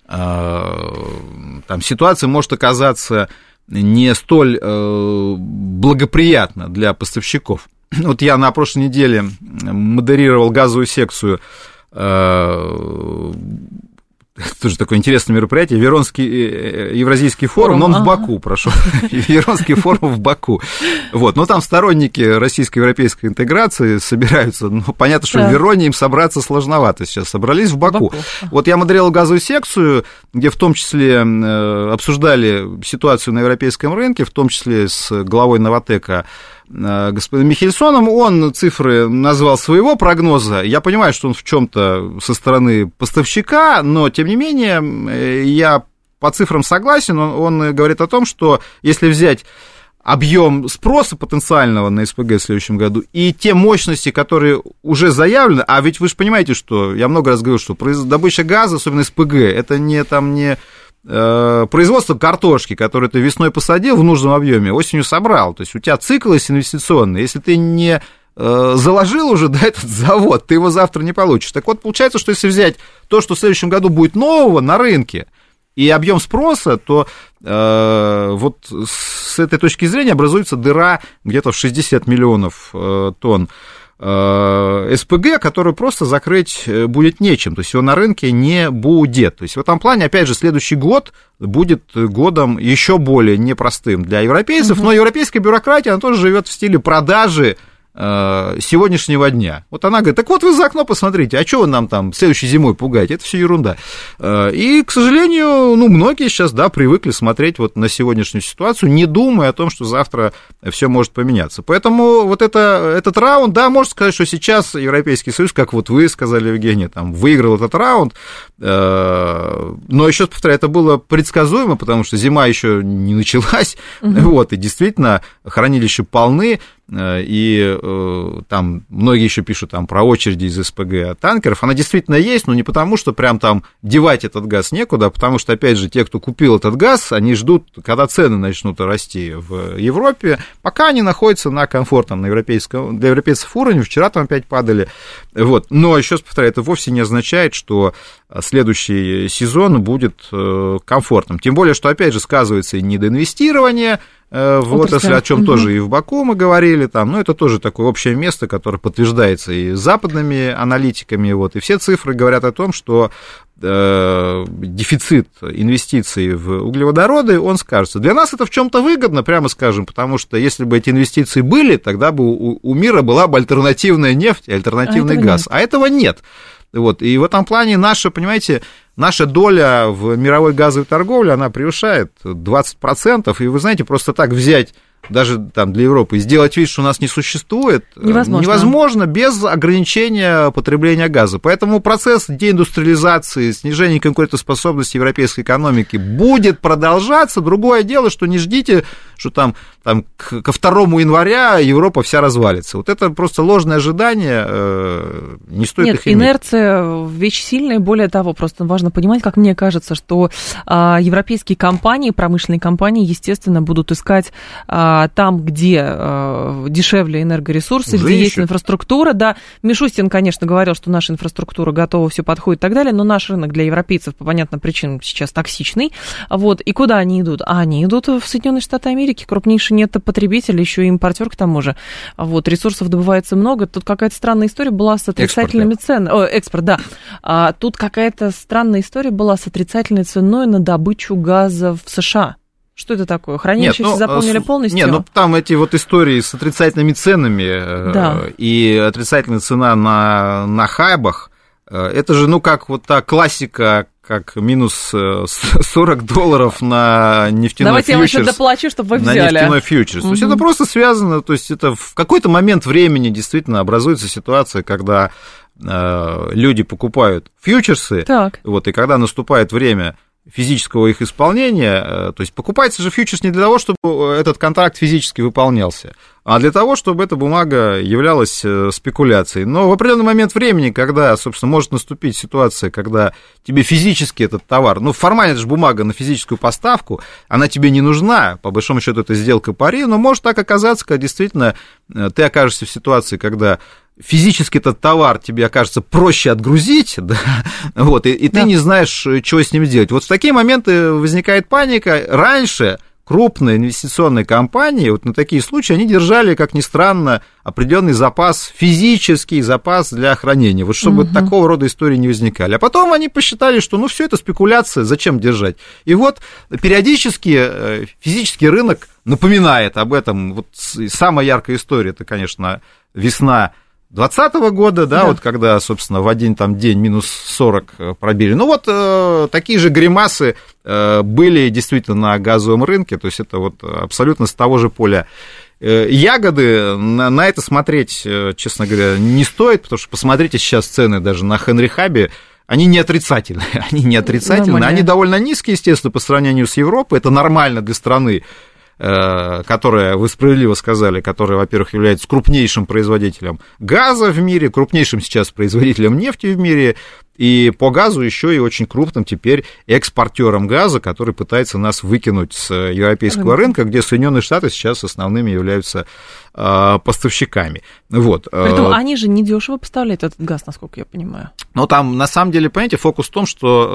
там ситуация может оказаться не столь э, благоприятна для поставщиков. Вот я на прошлой неделе модерировал газовую секцию э, это тоже такое интересное мероприятие, Веронский Евразийский форум, форум но он ага. в Баку, прошу, Веронский форум в Баку. Вот, но там сторонники российско-европейской интеграции собираются, ну, понятно, что да. в Вероне им собраться сложновато сейчас, собрались в Баку. Баку. Вот я модерировал газовую секцию, где в том числе обсуждали ситуацию на европейском рынке, в том числе с главой Новатэка, господином Михельсоном. Он цифры назвал своего прогноза. Я понимаю, что он в чем-то со стороны поставщика, но, тем не менее, я по цифрам согласен. Он, он говорит о том, что если взять объем спроса потенциального на СПГ в следующем году и те мощности, которые уже заявлены, а ведь вы же понимаете, что я много раз говорил, что добыча газа, особенно СПГ, это не там не производство картошки, которое ты весной посадил в нужном объеме, осенью собрал. То есть у тебя цикл есть инвестиционный. Если ты не заложил уже, да, этот завод, ты его завтра не получишь. Так вот, получается, что если взять то, что в следующем году будет нового на рынке, и объем спроса, то э, вот с этой точки зрения образуется дыра где-то в шестьдесят миллионов э, тонн СПГ, которую просто закрыть будет нечем, то есть его на рынке не будет. То есть в этом плане, опять же, следующий год будет годом еще более непростым для европейцев, угу. но европейская бюрократия, она тоже живет в стиле продажи сегодняшнего дня. Вот она говорит, так вот вы за окно посмотрите, а что вы нам там следующей зимой пугаете? Это все ерунда. И, к сожалению, ну, многие сейчас, да, привыкли смотреть вот на сегодняшнюю ситуацию, не думая о том, что завтра все может поменяться. Поэтому вот это, этот раунд, да, можно сказать, что сейчас Европейский Союз, как вот вы сказали, Евгений, там, выиграл этот раунд, но еще, повторяю, это было предсказуемо, потому что зима еще не началась, угу. вот, и действительно хранилища полны, и э, там многие еще пишут там, про очереди из СПГ танкеров, она действительно есть, но не потому, что прям там девать этот газ некуда, а потому что, опять же, те, кто купил этот газ, они ждут, когда цены начнут расти в Европе, пока они находятся на комфортном на европейском, для европейцев уровне, вчера там опять падали, вот. Но, еще раз повторяю, это вовсе не означает, что следующий сезон будет комфортным, тем более, что, опять же, сказывается и недоинвестирование в отрасль, о чем угу. тоже и в Баку мы говорили, там, ну, это тоже такое общее место, которое подтверждается и западными аналитиками, вот, и все цифры говорят о том, что э, дефицит инвестиций в углеводороды, он скажется. Для нас это в чем-то выгодно, прямо скажем, потому что если бы эти инвестиции были, тогда бы у, у мира была бы альтернативная нефть и альтернативный а газ, этого а этого нет. Вот, и в этом плане наша, понимаете, наша доля в мировой газовой торговле, она превышает двадцать процентов, и вы знаете, просто так взять даже там для Европы и сделать вид, что у нас не существует, невозможно, невозможно без ограничения потребления газа. Поэтому процесс деиндустриализации, снижения конкурентоспособности европейской экономики будет продолжаться. Другое дело, что не ждите, что там, там ко второму января Европа вся развалится. Вот это просто ложное ожидание, не стоит Нет, их иметь. Инерция вещь сильная, более того, просто важно понимать, как мне кажется, что а, европейские компании, промышленные компании, естественно, будут искать а, там, где э, дешевле энергоресурсы, уже где ищут. Есть инфраструктура, да. Мишустин, конечно, говорил, что наша инфраструктура готова, все подходит и так далее, но наш рынок для европейцев по понятным причинам сейчас токсичный, вот, и куда они идут? А они идут в Соединенные Штаты Америки, крупнейший нет-потребитель, еще и импортер к тому же, вот, ресурсов добывается много, тут какая-то странная история была с отрицательными ценами, о, экспорт, да, а, тут какая-то странная история была с отрицательной ценой на добычу газа в США. Что это такое? Хранилище ну, заполнили полностью? Нет, ну там эти вот истории с отрицательными ценами да. и отрицательная цена на, на хайбах, это же, ну, как вот та классика, как минус сорок долларов на нефтяной Давайте фьючерс. Давайте я вам еще доплачу, чтобы вы взяли. На нефтяной фьючерс. Угу. То есть это просто связано, то есть это в какой-то момент времени действительно образуется ситуация, когда э, люди покупают фьючерсы, так. вот, и когда наступает время физического их исполнения, то есть покупается же фьючерс не для того, чтобы этот контракт физически выполнялся, а для того, чтобы эта бумага являлась спекуляцией. Но в определенный момент времени, когда, собственно, может наступить ситуация, когда тебе физически этот товар, ну, формально это же бумага на физическую поставку, она тебе не нужна, по большому счету это сделка пари, но может так оказаться, когда действительно ты окажешься в ситуации, когда физически этот товар тебе окажется проще отгрузить, да, вот, и, и да. ты не знаешь, что с ним сделать. Вот в такие моменты возникает паника. Раньше крупные инвестиционные компании, вот на такие случаи, они держали, как ни странно, определенный запас, физический запас для хранения, вот чтобы угу. такого рода истории не возникали. А потом они посчитали, что ну все это спекуляция, зачем держать. И вот периодически физический рынок напоминает об этом. Вот самая яркая история, это, конечно, весна двадцатого года, да, да, вот когда, собственно, в один там день минус сорок пробили. Ну вот э, такие же гримасы э, были действительно на газовом рынке, то есть это вот абсолютно с того же поля э, ягоды. На, на это смотреть, э, честно говоря, не стоит, потому что посмотрите сейчас цены даже на Henry Hub, они не отрицательные, они не отрицательные, Нормально. Они довольно низкие, естественно, по сравнению с Европой, это нормально для страны, которая, вы справедливо сказали, которая, во-первых, является крупнейшим производителем газа в мире, крупнейшим сейчас производителем нефти в мире, и по газу еще и очень крупным теперь экспортером газа, который пытается нас выкинуть с европейского рынка, где Соединенные Штаты сейчас основными являются э, поставщиками. Вот. Притом они же недешево поставляют этот газ, насколько я понимаю. Но там, на самом деле, понимаете, фокус в том,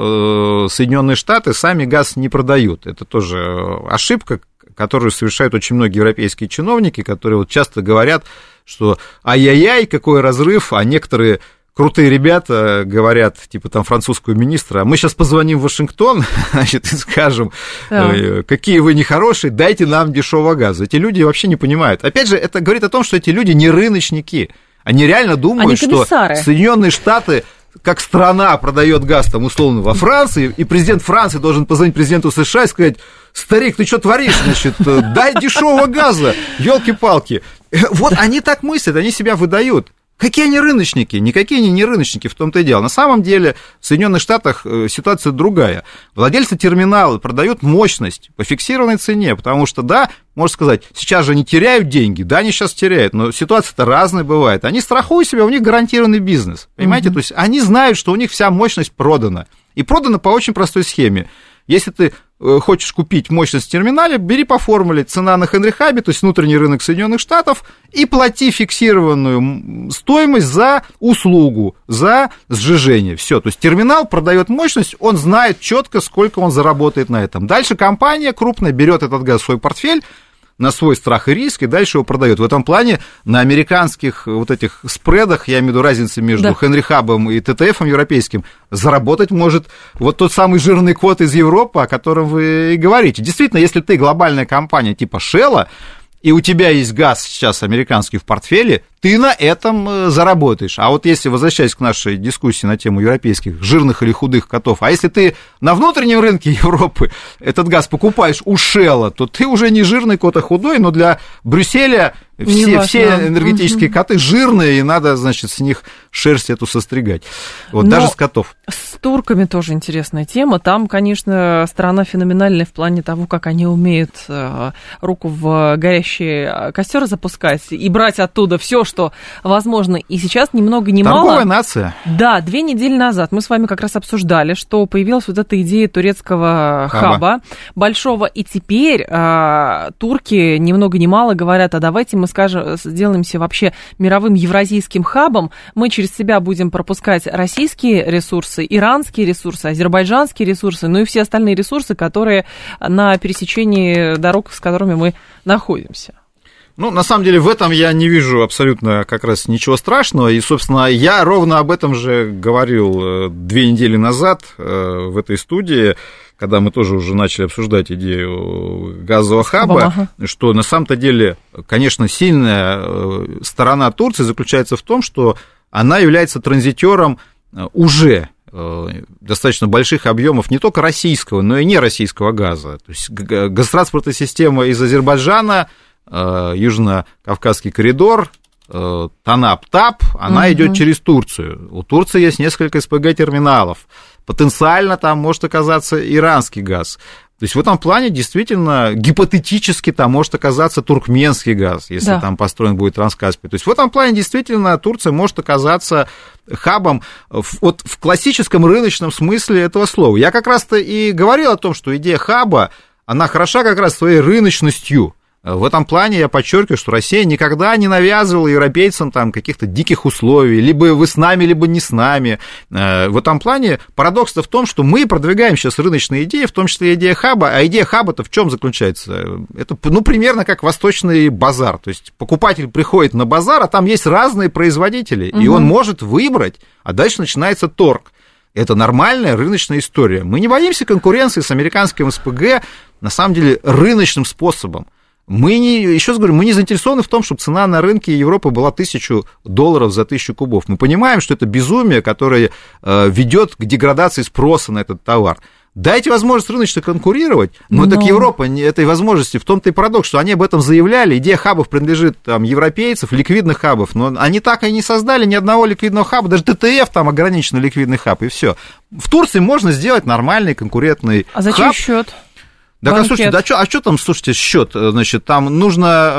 что э, Соединенные Штаты сами газ не продают. Это тоже ошибка, которую совершают очень многие европейские чиновники, которые вот часто говорят, что ай-яй-яй, какой разрыв, а некоторые крутые ребята говорят, типа там французского министра, мы сейчас позвоним в Вашингтон, значит, и скажем, да. какие вы нехорошие, дайте нам дешевого газа. Эти люди вообще не понимают. Опять же, это говорит о том, что эти люди не рыночники. Они реально думают, что Соединенные Штаты как страна продает газ, там, условно, во Франции, и президент Франции должен позвонить президенту США и сказать: старик, ты что творишь, значит, дай дешевого газа, елки-палки. Вот они так мыслят, они себя выдают. Какие они рыночники? Никакие они не рыночники, в том-то и дело. На самом деле в Соединенных Штатах ситуация другая. Владельцы терминала продают мощность по фиксированной цене, потому что, да, можно сказать, сейчас же они теряют деньги, да, они сейчас теряют, но ситуация-то разная бывает. Они страхуют себя, у них гарантированный бизнес, понимаете? Mm-hmm. То есть они знают, что у них вся мощность продана. И продана по очень простой схеме. Если ты хочешь купить мощность в терминале, бери по формуле цена на Henry Hub, то есть внутренний рынок Соединенных Штатов, и плати фиксированную стоимость за услугу, за сжижение. Все, то есть терминал продает мощность, он знает четко, сколько он заработает на этом. Дальше компания крупная берет этот газ в свой портфель, на свой страх и риск, и дальше его продает. В этом плане на американских вот этих спредах, я имею в виду разницы между да. Henry Hub'ом и тэ тэ эфом европейским, заработать может вот тот самый жирный кот из Европы, о котором вы и говорите. Действительно, если ты глобальная компания типа Shell, и у тебя есть газ сейчас американский в портфеле, ты на этом заработаешь. А вот если, возвращаясь к нашей дискуссии на тему европейских жирных или худых котов, а если ты на внутреннем рынке Европы этот газ покупаешь у Shell, то ты уже не жирный кот, а худой, но для Брюсселя все, все энергетические коты жирные, и надо, значит, с них шерсть эту состригать. Вот, но даже с котов. С турками тоже интересная тема. Там, конечно, страна феноменальная в плане того, как они умеют руку в горящий костер запускать и брать оттуда все, что возможно. И сейчас ни много ни мало... Торговая нация. Да, две недели назад мы с вами как раз обсуждали, что появилась вот эта идея турецкого хаба, хаба большого, и теперь а, турки ни много ни мало говорят: а давайте мы скажем, сделаемся вообще мировым евразийским хабом, мы через себя будем пропускать российские ресурсы, иранские ресурсы, азербайджанские ресурсы, ну и все остальные ресурсы, которые на пересечении дорог, с которыми мы находимся. Ну, на самом деле, в этом я не вижу абсолютно как раз ничего страшного, и, собственно, я ровно об этом же говорил две недели назад в этой студии, когда мы тоже уже начали обсуждать идею газового хаба, ага. что на самом-то деле, конечно, сильная сторона Турции заключается в том, что она является транзитером уже достаточно больших объемов не только российского, но и нероссийского газа. То есть газотранспортная система из Азербайджана, Южно-Кавказский коридор, Танап-Тап, она угу. идет через Турцию. У Турции есть несколько эс пэ гэ-терминалов. Потенциально там может оказаться иранский газ. То есть в этом плане действительно гипотетически там может оказаться туркменский газ, если да. там построен будет Транскаспий. То есть в этом плане действительно Турция может оказаться хабом вот в классическом рыночном смысле этого слова. Я как раз-то и говорил о том, что идея хаба, она хороша как раз своей рыночностью. В этом плане я подчеркиваю, что Россия никогда не навязывала европейцам там каких-то диких условий, либо вы с нами, либо не с нами. В этом плане парадокс-то в том, что мы продвигаем сейчас рыночные идеи, в том числе идея хаба, а идея хаба-то в чем заключается? Это, ну, примерно как восточный базар, то есть покупатель приходит на базар, а там есть разные производители, угу. и он может выбрать, а дальше начинается торг. Это нормальная рыночная история. Мы не боимся конкуренции с американским СПГ, на самом деле, рыночным способом. Мы не, еще раз говорю, мы не заинтересованы в том, чтобы цена на рынке Европы была тысячу долларов за тысячу кубов. Мы понимаем, что это безумие, которое э, ведет к деградации спроса на этот товар. Дайте возможность рыночно конкурировать, но, но... так Европа этой возможности, в том-то и парадокс, что они об этом заявляли, идея хабов принадлежит там, европейцев, ликвидных хабов, но они так и не создали ни одного ликвидного хаба, даже ТТФ там ограниченный ликвидный хаб, и все. В Турции можно сделать нормальный конкурентный хаб. А за чей счет? Да, а, слушайте, да, а что там, слушайте, счет, значит, там нужно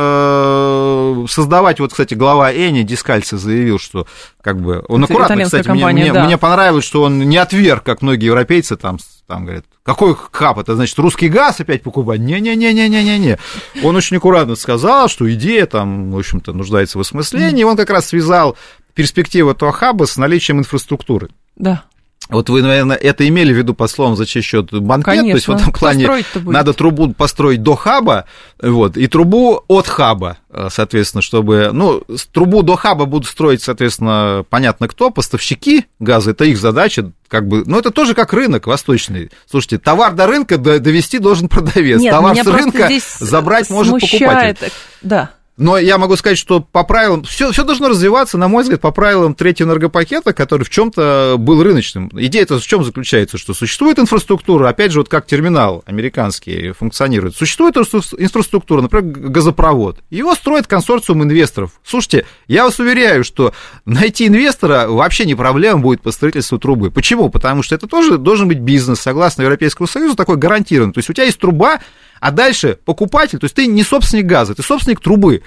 э, создавать, вот, кстати, глава Эни Дискальци заявил, что, как бы, он это аккуратно, кстати, компания, мне, да. мне, мне понравилось, что он не отверг, как многие европейцы там, там говорят, какой хаб, это значит, русский газ опять покупать? Не-не-не-не-не-не-не. Он очень аккуратно сказал, что идея там, в общем-то, нуждается в осмыслении, и он как раз связал перспективу этого хаба с наличием инфраструктуры. Да. Вот вы, наверное, это имели в виду под словом «за чей счет банкет», конечно. То есть в этом плане надо трубу построить до хаба, вот, и трубу от хаба, соответственно, чтобы, ну, трубу до хаба будут строить, соответственно, понятно кто, поставщики газа, это их задача, как бы, ну, это тоже как рынок восточный. Слушайте, товар до рынка довести должен продавец, Нет, товар с рынка забрать может покупатель. Да. Но я могу сказать, что по правилам, все, все должно развиваться, на мой взгляд, по правилам третьего энергопакета, который в чем-то был рыночным. Идея-то в чем заключается, что существует инфраструктура, опять же, вот как терминал американский функционирует, существует инфраструктура, например, газопровод, его строит консорциум инвесторов. Слушайте, я вас уверяю, что найти инвестора вообще не проблема будет по строительству трубы. Почему? Потому что это тоже должен быть бизнес, согласно Европейскому Союзу, такой гарантированный. То есть у тебя есть труба, а дальше покупатель, то есть ты не собственник газа, ты собственник трубы.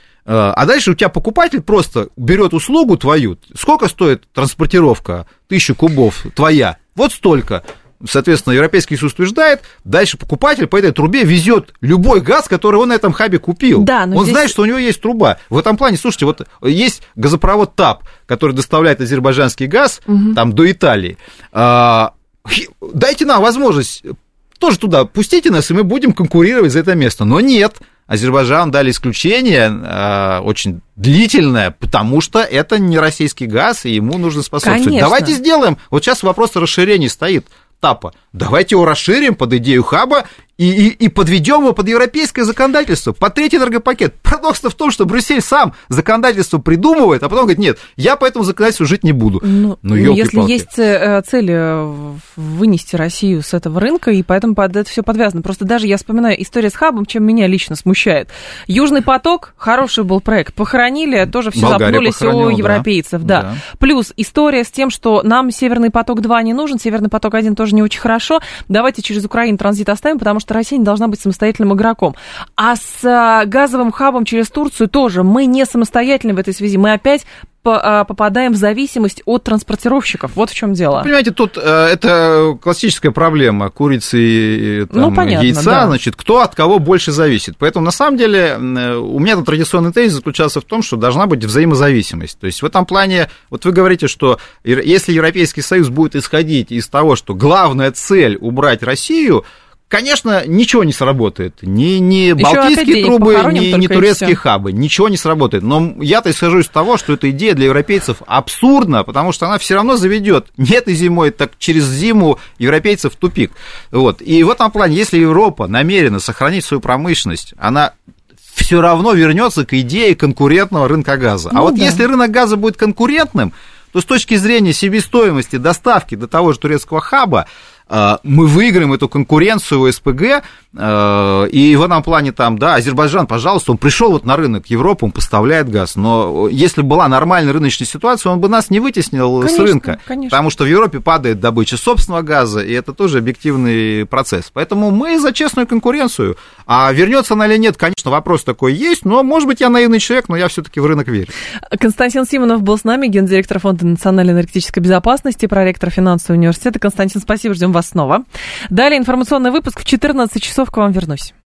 А дальше у тебя покупатель просто берет услугу твою. Сколько стоит транспортировка? Тысячу кубов твоя. Вот столько. Соответственно, Европейский Союз утверждает, дальше покупатель по этой трубе везет любой газ, который он на этом хабе купил. Да, он здесь... знает, что у него есть труба. В этом плане, слушайте, вот есть газопровод ТАП, который доставляет азербайджанский газ угу. там, до Италии. Дайте нам возможность... тоже туда пустите нас, и мы будем конкурировать за это место. Но нет, Азербайджан дали исключение, э, очень длительное, потому что это не российский газ, и ему нужно способствовать. Конечно. Давайте сделаем, вот сейчас вопрос о расширении стоит, ТАПа, давайте его расширим под идею хаба, И, и, и подведем его под европейское законодательство, под третий энергопакет. Парадокс-то в том, что Брюссель сам законодательство придумывает, а потом говорит, нет, я по этому законодательству жить не буду. Ну, ну если есть цель вынести Россию с этого рынка, и поэтому под это все подвязано. Просто даже я вспоминаю историю с хабом, чем меня лично смущает. Южный поток, хороший был проект, похоронили, тоже все запнулись у европейцев. Да. Да. Да. Плюс история с тем, что нам Северный поток-два не нужен, Северный поток-один тоже не очень хорошо, давайте через Украину транзит оставим, потому что что Россия не должна быть самостоятельным игроком. А с газовым хабом через Турцию тоже мы не самостоятельны в этой связи. Мы опять попадаем в зависимость от транспортировщиков. Вот в чем дело. Понимаете, тут это классическая проблема курицы и там, ну, понятно, яйца. Да. Значит, кто от кого больше зависит. Поэтому, на самом деле, у меня тут традиционный тезис заключался в том, что должна быть взаимозависимость. То есть, в этом плане, вот вы говорите, что если Европейский Союз будет исходить из того, что главная цель убрать Россию, конечно, ничего не сработает. Ни, ни балтийские трубы, ни, ни турецкие хабы. Ничего не сработает. Но я-то исхожу из того, что эта идея для европейцев абсурдна, потому что она все равно заведет не этой зимой, так через зиму европейцев в тупик. Вот. И в этом плане, если Европа намерена сохранить свою промышленность, она все равно вернется к идее конкурентного рынка газа. Ну, а вот да. если рынок газа будет конкурентным, то с точки зрения себестоимости доставки до того же турецкого хаба, мы выиграем эту конкуренцию у СПГ, и в этом плане там, да, Азербайджан, пожалуйста, он пришел вот на рынок Европы, он поставляет газ, но если была нормальная рыночная ситуация, он бы нас не вытеснил конечно, с рынка, конечно. Потому что в Европе падает добыча собственного газа, и это тоже объективный процесс. Поэтому мы за честную конкуренцию, а вернется она или нет, конечно, вопрос такой есть, но, может быть, я наивный человек, но я все-таки в рынок верю. Константин Симонов был с нами, гендиректор Фонда национальной энергетической безопасности, проректор финансового университета. Константин, спасибо, ждем вас снова. Далее информационный выпуск в четырнадцать часов к вам вернусь.